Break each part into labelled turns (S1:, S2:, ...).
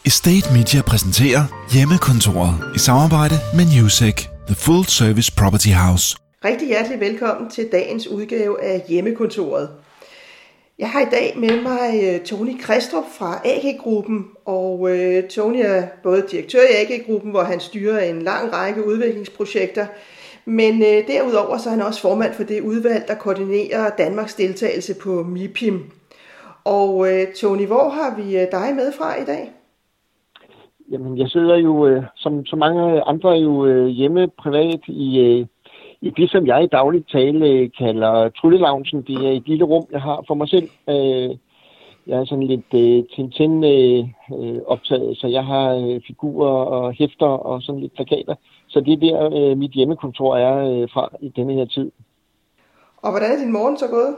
S1: Estate Media præsenterer Hjemmekontoret i samarbejde med Newsec, The Full Service Property House.
S2: Rigtig hjertelig velkommen til dagens udgave af Hjemmekontoret. Jeg har i dag med mig Tony Kristrup fra AG-gruppen, og Tony er både direktør i AG-gruppen, hvor han styrer en lang række udviklingsprojekter, men derudover så er han også formand for det udvalg, der koordinerer Danmarks deltagelse på MIPIM. Og Tony, hvor har vi dig med fra i dag?
S3: Jamen, jeg sidder jo, som så mange andre, hjemme privat i det, som jeg i daglig tale kalder Trylle-loungen. Det er et lille rum, jeg har for mig selv. Jeg er sådan lidt Tintin-optaget, så jeg har figurer og hæfter og sådan lidt plakater. Så det er der, mit hjemmekontor er fra i denne her tid.
S2: Og hvordan er din morgen så gået?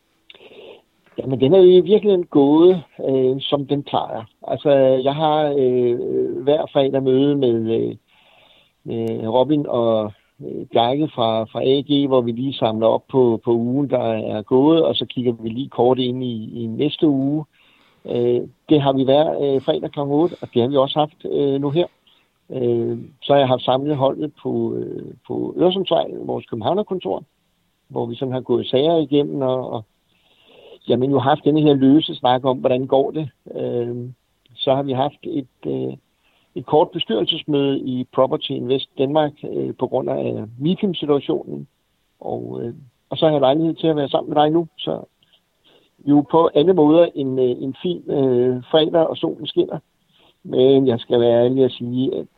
S3: Jamen, den er jo virkelig gået, som den plejer. Altså, jeg har hver fredag møde med Robin og Bjarke fra AG, hvor vi lige samler op på ugen, der er gået, og så kigger vi lige kort ind i næste uge. Det har vi hver fredag kl. 8, og det har vi også haft nu her. Så har jeg haft samlet holdet på Øresundsvej, vores københavnerkontor, hvor vi sådan har gået sager igennem og jamen jo haft denne her løse snak om, hvordan går det. Så har vi haft et kort bestyrelsesmøde i Property Invest Danmark på grund af MIPIM-situationen. Og så har jeg lejlighed til at være sammen med dig nu. Så jo på alle måder en fin fredag, og solen skinner. Men jeg skal være ærlig at sige, at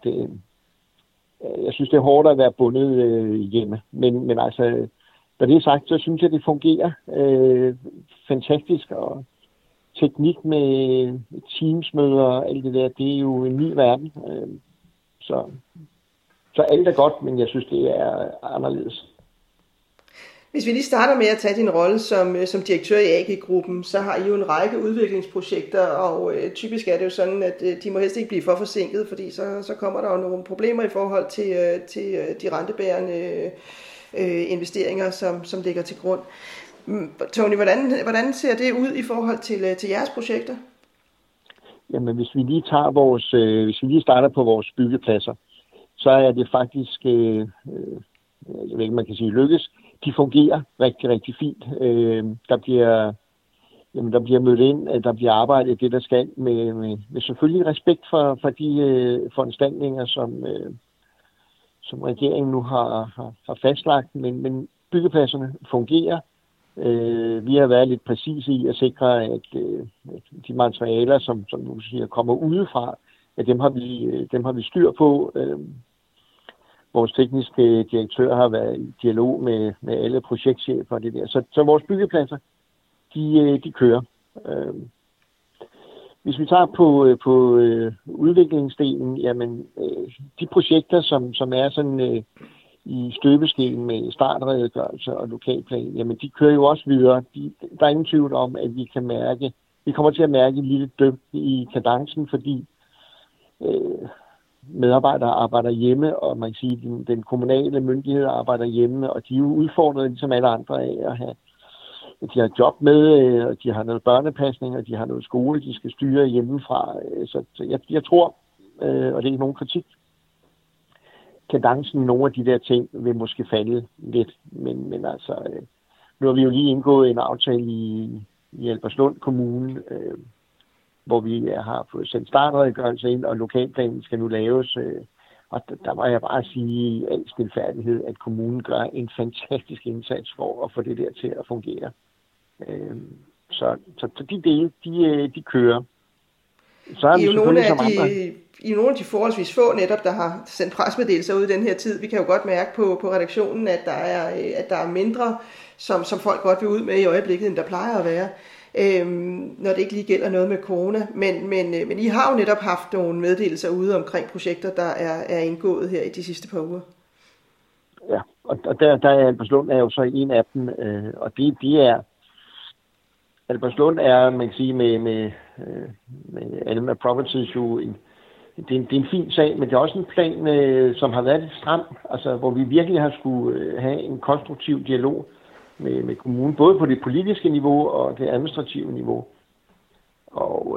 S3: jeg synes, det er hårdt at være bundet hjemme. Men altså, da det er sagt, så synes jeg, det fungerer fantastisk, og teknik med Teams-møder og alt det der, det er jo en ny verden. Så alt er godt, men jeg synes, det er anderledes.
S2: Hvis vi lige starter med at tage din rolle som direktør i AG-gruppen, så har I jo en række udviklingsprojekter, og typisk er det jo sådan, at de må helst ikke blive for forsinket, fordi så kommer der jo nogle problemer i forhold til de rentebærende investeringer, som ligger til grund. Tony, hvordan ser det ud i forhold til jeres projekter?
S3: Jamen, hvis vi lige starter på vores byggepladser, så er det faktisk, jeg ved ikke, man kan sige lykkes. De fungerer rigtig, rigtig fint. Der bliver mødt ind, der bliver arbejdet det, der skal, med selvfølgelig respekt for de foranstaltninger, som regeringen nu har fastlagt, men byggepladserne fungerer. Vi har været lidt præcise i at sikre, at de materialer, som nu siger, kommer udefra, at dem har vi styr på. Vores tekniske direktør har været i dialog med alle projektchefer og det der. Så vores byggepladser, de kører. Hvis vi tager på udviklingsdelen, jamen de projekter, som er sådan i støbeskeen med startredegørelse og lokalplan, jamen de kører jo også videre. Der er ingen tvivl om, at vi kommer til at mærke et lille dyk i kadencen, fordi medarbejdere arbejder hjemme, og man kan sige, den kommunale myndighed arbejder hjemme, og de er jo udfordret ligesom alle andre af at have. De har job med, og de har noget børnepasning, og de har noget skole, de skal styre hjemmefra. Så jeg tror, og det er ikke nogen kritik, kadencen, nogle af de der ting vil måske falde lidt. Men altså, nu har vi jo lige indgået en aftale i Albertslund Kommune, hvor vi har fået sendt startredegørelse ind, og lokalplanen skal nu laves. Og der må jeg bare sige i al stilfærdighed, at kommunen gør en fantastisk indsats for at få det der til at fungere. Så de dele, de kører. Så er
S2: I er jo nogle af de forholdsvis få netop, der har sendt pressemeddelelser ud i den her tid. Vi kan jo godt mærke på redaktionen, at der er mindre, som folk godt vil ud med i øjeblikket, end der plejer at være. Når det ikke lige gælder noget med corona. Men I har jo netop haft nogle meddelelser ude omkring projekter, der er indgået her i de sidste par uger.
S3: Ja, og der er Albertslund er jo så en af dem, og det er Albertslund er, man kan sige, med Alma Properties jo det er en fin sag, men det er også en plan, som har været lidt stram, altså hvor vi virkelig har skulle have en konstruktiv dialog med kommunen, både på det politiske niveau og det administrative niveau. Og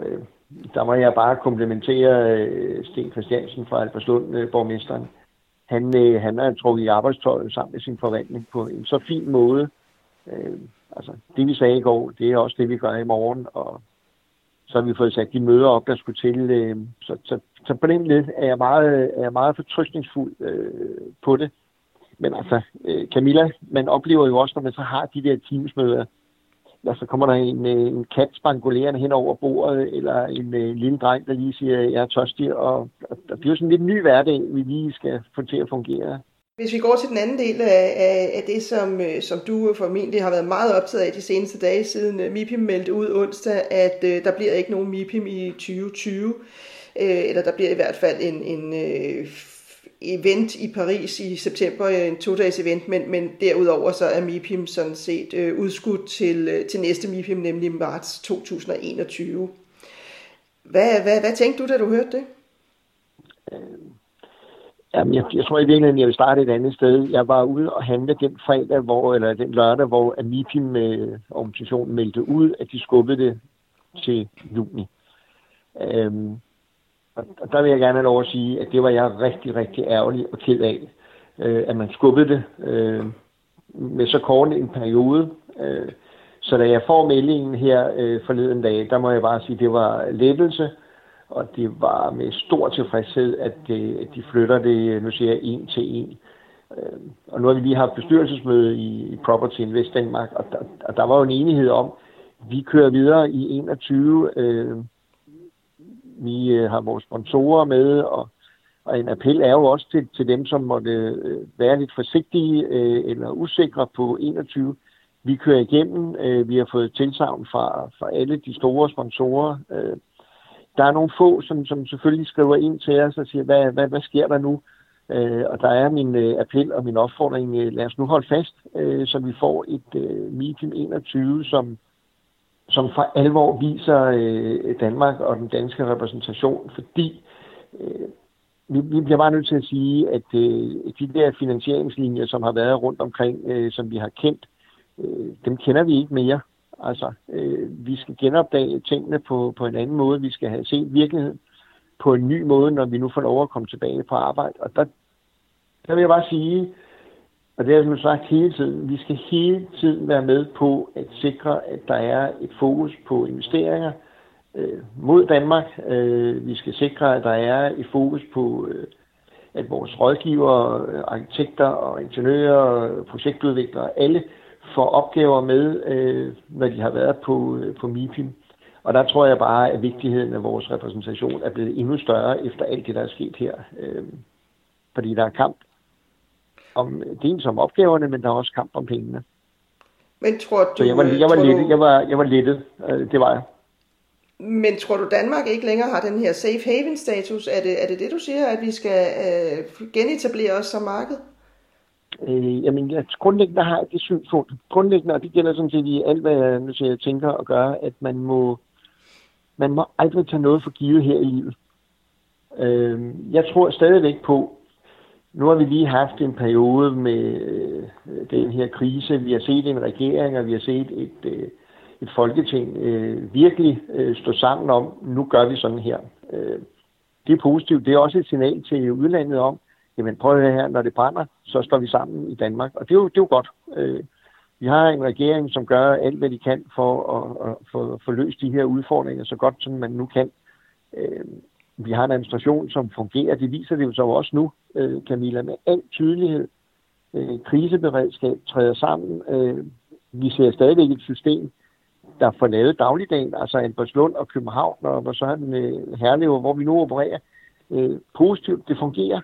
S3: der må jeg bare komplimentere Sten Christiansen fra Albertslund, borgmesteren. Han har trukket i arbejdstøjet sammen med sin forvaltning på en så fin måde. Altså, det vi sagde i går, det er også det, vi gør i morgen, og så har vi fået sat de møder op, der skulle til. Så på den led er jeg meget fortrøstningsfuld på det. Men altså, Camilla, man oplever jo også, når man så har de der teamsmøder, så kommer der en kat spangulerende hen over bordet, eller en lille dreng, der lige siger, jeg er tørstig, og det er jo sådan en lidt ny hverdag, vi lige skal få til at fungere.
S2: Hvis vi går til den anden del af det, som du formentlig har været meget optaget af de seneste dage, siden MIPIM meldte ud onsdag, at der bliver ikke nogen MIPIM i 2020, eller der bliver i hvert fald en event i Paris i september, en 2-dages event, men derudover så er MIPIM sådan set udskudt til næste MIPIM, nemlig marts 2021. Hvad tænkte du, da du hørte det?
S3: Jamen, jeg tror i virkeligheden, jeg vil starte et andet sted. Jeg var ude og handle den den lørdag, hvor MIPIM-organisationen meldte ud, at de skubbede det til juni. Og der vil jeg gerne have lov at sige, at det var jeg rigtig, rigtig ærgerlig og ked af, at man skubbede det med så kort en periode. Så da jeg får meldingen her forleden dag, der må jeg bare sige, at det var lettelse, og det var med stor tilfredshed, at de flytter det, nu siger jeg, 1 til 1. Og nu har vi lige haft bestyrelsesmøde i Property Invest Danmark, og der var jo en enighed om, at vi kører videre i 21. Vi har vores sponsorer med, og en appel er jo også til dem, som måtte være lidt forsigtige eller usikre på 21. Vi kører igennem. Vi har fået tilsagn fra alle de store sponsorer. Der er nogle få, som selvfølgelig skriver ind til os og siger, hvad sker der nu? Og der er min appel og min opfordring, lad os nu holde fast, så vi får et MIPIM 21, som for alvor viser Danmark og den danske repræsentation, fordi vi bliver bare nødt til at sige, at de der finansieringslinjer, som har været rundt omkring, som vi har kendt, dem kender vi ikke mere. Altså, vi skal genopdage tingene på en anden måde. Vi skal have set virkeligheden på en ny måde, når vi nu får lov at komme tilbage på arbejde. Og der vil jeg bare sige, og det har jeg sagt hele tiden, vi skal hele tiden være med på at sikre, at der er et fokus på investeringer mod Danmark. Vi skal sikre, at der er et fokus på, at vores rådgivere, arkitekter og ingeniører, projektudviklere, alle får opgaver med, når de har været på MIPIM. Og der tror jeg bare, at vigtigheden af vores repræsentation er blevet endnu større efter alt det, der er sket her. Fordi der er kamp om dels om opgaverne, men der er også kamp om pengene.
S2: Men tror du...
S3: Så jeg var lettet. Det var jeg.
S2: Men tror du, Danmark ikke længere har den her safe haven status? Er det du siger, at vi skal genetablere os som marked?
S3: Jamen, grundlæggende har jeg det synspunkt. Grundlæggende, og det gælder sådan set i alt, hvad jeg tænker at gøre, at man må aldrig tage noget for givet her i livet. Jeg tror stadigvæk på, nu har vi lige haft en periode med den her krise. Vi har set en regering, og vi har set et folketing virkelig stå sammen om, nu gør vi sådan her. Det er positivt. Det er også et signal til udlandet om, jamen prøv at høre her, når det brænder, så står vi sammen i Danmark. Og det er jo godt. Vi har en regering, som gør alt, hvad de kan for at få løst de her udfordringer så godt, som man nu kan. Vi har en administration, som fungerer. Det viser det jo så også nu, Camilla, med al tydelighed. Kriseberedskab træder sammen. Vi ser stadigvæk et system, der får lavet dagligdagen, altså Albertslund og København, og så er den Herlev, hvor vi nu opererer. Positivt, det fungerer.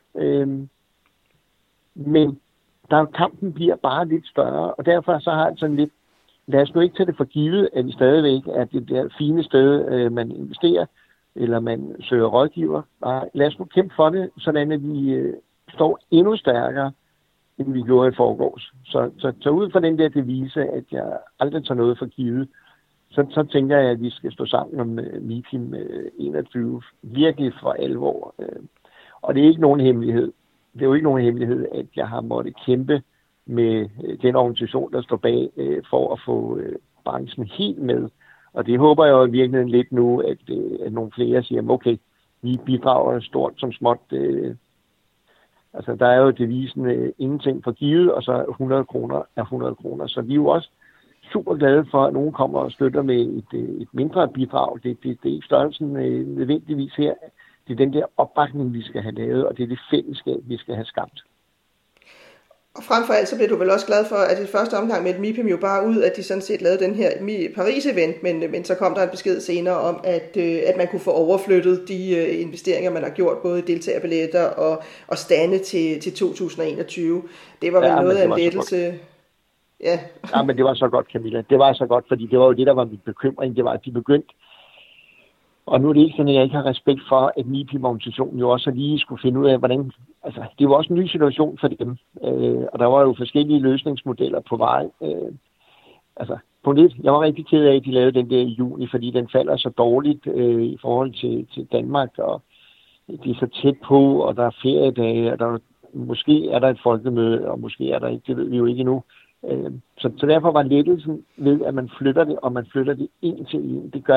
S3: Men kampen bliver bare lidt større, og derfor så har jeg sådan lidt, lad os nu ikke tage det for givet, at vi stadigvæk er det der fine sted, man investerer, eller man søger rådgiver. Nej, lad os nu kæmpe for det, sådan at vi står endnu stærkere, end vi gjorde i forgårs. Så ud fra den der devise, at jeg aldrig tager noget for givet, så tænker jeg, at vi skal stå sammen om MIPIM 21 virkelig for alvor. Og det er ikke nogen hemmelighed. Det er jo ikke nogen hemmelighed, at jeg har måttet kæmpe med den organisation, der står bag, for at få branchen helt med. Og det håber jeg jo virkelig lidt nu, at nogle flere siger, okay, vi bidrager stort som småt. Altså, der er jo devisen ingenting for givet, og så 100 kroner er 100 kroner. Så vi er jo også super glade for, at nogen kommer og støtter med et mindre bidrag. Det er ikke størrelsen nødvendigvis her. Det er den der opbakning, vi skal have lavet, og det er det fællesskab, vi skal have skabt.
S2: Og frem for alt, så blev du vel også glad for, at i første omgang med et MIPIM jo bare ud, at de sådan set lavede den her Paris-event, men så kom der en besked senere om, at man kunne få overflyttet de investeringer, man har gjort, både deltagerbilletter og stande til 2021. Det var vel noget af en lettelse.
S3: Ja, men det var så godt, Camilla. Det var så godt, fordi det var jo det, der var min bekymring. Det var, at de begyndte. Og nu er det ikke sådan, at jeg ikke har respekt for, at MIPIM-organisationen jo også lige skulle finde ud af, hvordan. Altså, det var også en ny situation for dem. Og der var jo forskellige løsningsmodeller på vej. Altså, på lidt. Jeg var rigtig ked af, at de lavede den der i juni, fordi den falder så dårligt i forhold til Danmark. Og det er så tæt på, og der er feriedage, og måske er der et folkemøde, og måske er der ikke. Det ved vi jo ikke endnu. Så derfor var lettelsen ved, at man flytter det, og man flytter det en til en. Det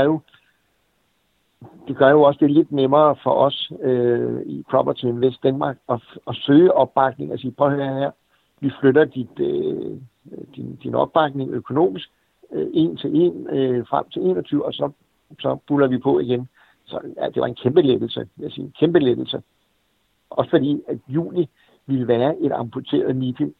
S3: gør jo også det lidt nemmere for os i Property Invest Danmark at søge opbakning og sige, prøv at høre her, vi flytter din opbakning økonomisk en til en frem til 21, og så buller vi på igen. Så ja, det var en kæmpe lettelse, en kæmpe lettelse. Også fordi, at juli ville være et amputeret MIPIM,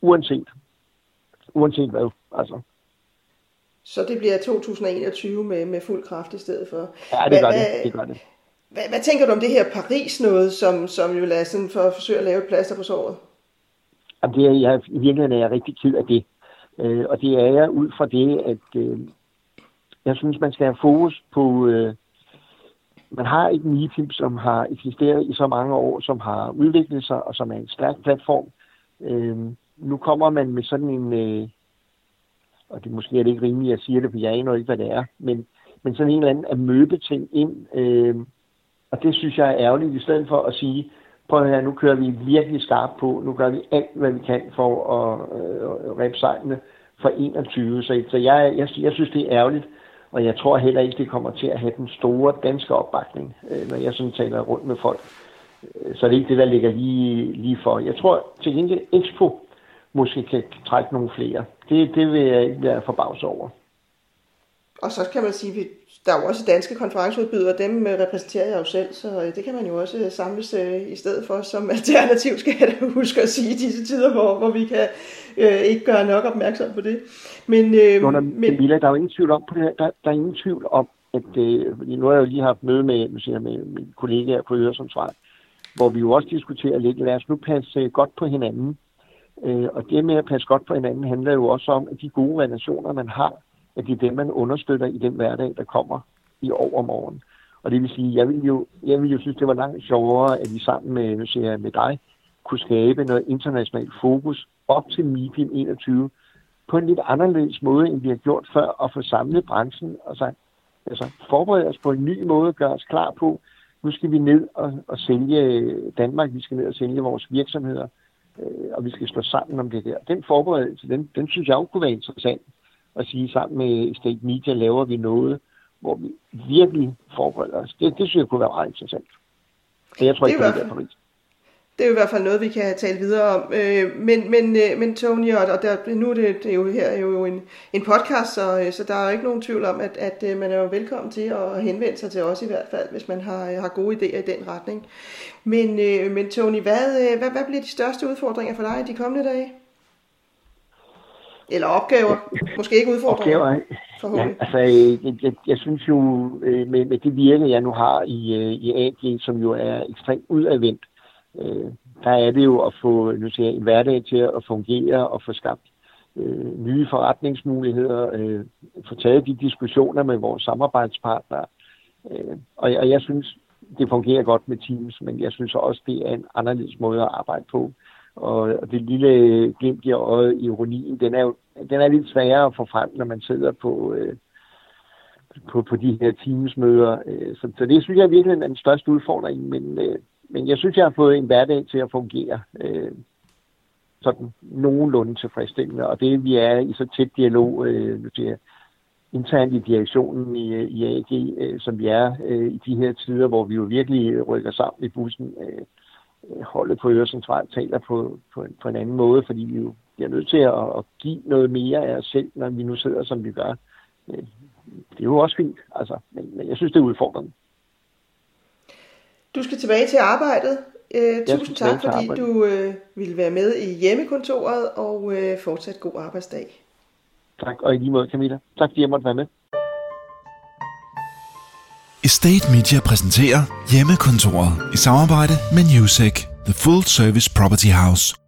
S3: uanset hvad, altså.
S2: Så det bliver 2021 med fuld kraft i stedet for.
S3: Ja, det gør det.
S2: Hvad tænker du om det her Paris-noget, som jo er sådan for at forsøge at lave et plaster på såret?
S3: Jamen, i virkeligheden er jeg rigtig ked af det. Og det er jeg ud fra det, at jeg synes, man skal have fokus på. Man har et MIPIM, som har eksisteret i så mange år, som har udviklet sig, og som er en stærk platform. Nu kommer man med sådan en. Og det måske er det ikke rimeligt, at jeg siger det, for jeg aner ikke, hvad det er, men sådan en eller anden amøbeting ind, og det synes jeg er ærgerligt, i stedet for at sige, prøv at høre, nu kører vi virkelig skarpt på, nu gør vi alt, hvad vi kan for at ræbe sejlene for 21, så jeg synes, det er ærgerligt, og jeg tror heller ikke, det kommer til at have den store danske opbakning, når jeg sådan taler rundt med folk, så det er ikke det, der ligger lige for. Jeg tror til gengæld, Expo måske kan trække nogle flere. Det vil jeg ikke være forbavset over.
S2: Og så kan man sige, at der er jo også danske konferenceudbydere, dem repræsenterer jeg jo selv, så det kan man jo også samles i stedet for som alternativ, skal jeg da huske at sige i disse tider, hvor vi kan ikke gøre nok opmærksom på det. Men
S3: Camilla, der er jo ingen tvivl om på det her. Der er ingen tvivl om, at nu har jeg jo lige haft møde med mine kollegaer på Øresundsvej, hvor vi jo også diskuterer lidt, lad os nu passe godt på hinanden. Og det med at passe godt på hinanden handler jo også om, at de gode relationer, man har, at det er dem, man understøtter i den hverdag, der kommer i overmorgen. Og det vil sige, jeg vil jo synes, det var langt sjovere, at vi sammen med dig kunne skabe noget internationalt fokus op til MIPIM 21 på en lidt anderledes måde, end vi har gjort før, og få samlet branchen og forberede os på en ny måde, gøre os klar på, nu skal vi ned og sælge Danmark, vi skal ned og sælge vores virksomheder, og vi skal stå sammen om det der. Den forberedelse, den synes jeg også kunne være interessant at sige, sammen med State Media laver vi noget, hvor vi virkelig forbereder os. Det synes jeg kunne være meget interessant. Og jeg tror ikke, det er Paris.
S2: Det er jo i hvert fald noget, vi kan tale videre om. Men Tony, og nu er det jo her er jo en podcast, så der er jo ikke nogen tvivl om, at man er jo velkommen til at henvende sig til os i hvert fald, hvis man har gode idéer i den retning. Men Tony, hvad bliver de største udfordringer for dig i de kommende dage? Eller opgaver? Måske ikke udfordringer?
S3: Opgaver, ja, altså jeg synes jo, med det virke, jeg nu har i AG, som jo er ekstremt udadvendt, der er det jo at få en hverdag til at fungere og få skabt nye forretningsmuligheder, få taget de diskussioner med vores samarbejdspartnere. Og jeg synes, det fungerer godt med Teams, men jeg synes også, det er en anderledes måde at arbejde på. Og det lille glimt i øjet, ironien, den er lidt sværere at få frem, når man sidder på de her Teams-møder. Så det synes jeg virkelig er den største udfordring, men jeg synes, jeg har fået en hverdag til at fungere sådan nogenlunde tilfredsstillende. Og det, vi er i så tæt dialog internt i direktionen i AG, som vi er i de her tider, hvor vi jo virkelig rykker sammen i bussen. Holdet på Øresundsvej taler på en anden måde, fordi vi jo bliver nødt til at give noget mere af os selv, når vi nu sidder, som vi gør. Det er jo også fint, altså, men jeg synes, det er udfordrende.
S2: Du skal tilbage til arbejdet. Tusind tak, fordi du ville være med i hjemmekontoret, og fortsat god arbejdsdag.
S3: Tak, og i lige måde, Camilla. Tak, fordi jeg måtte være med.
S1: Estate Media præsenterer Hjemmekontoret i samarbejde med Newsec, The Full Service Property House.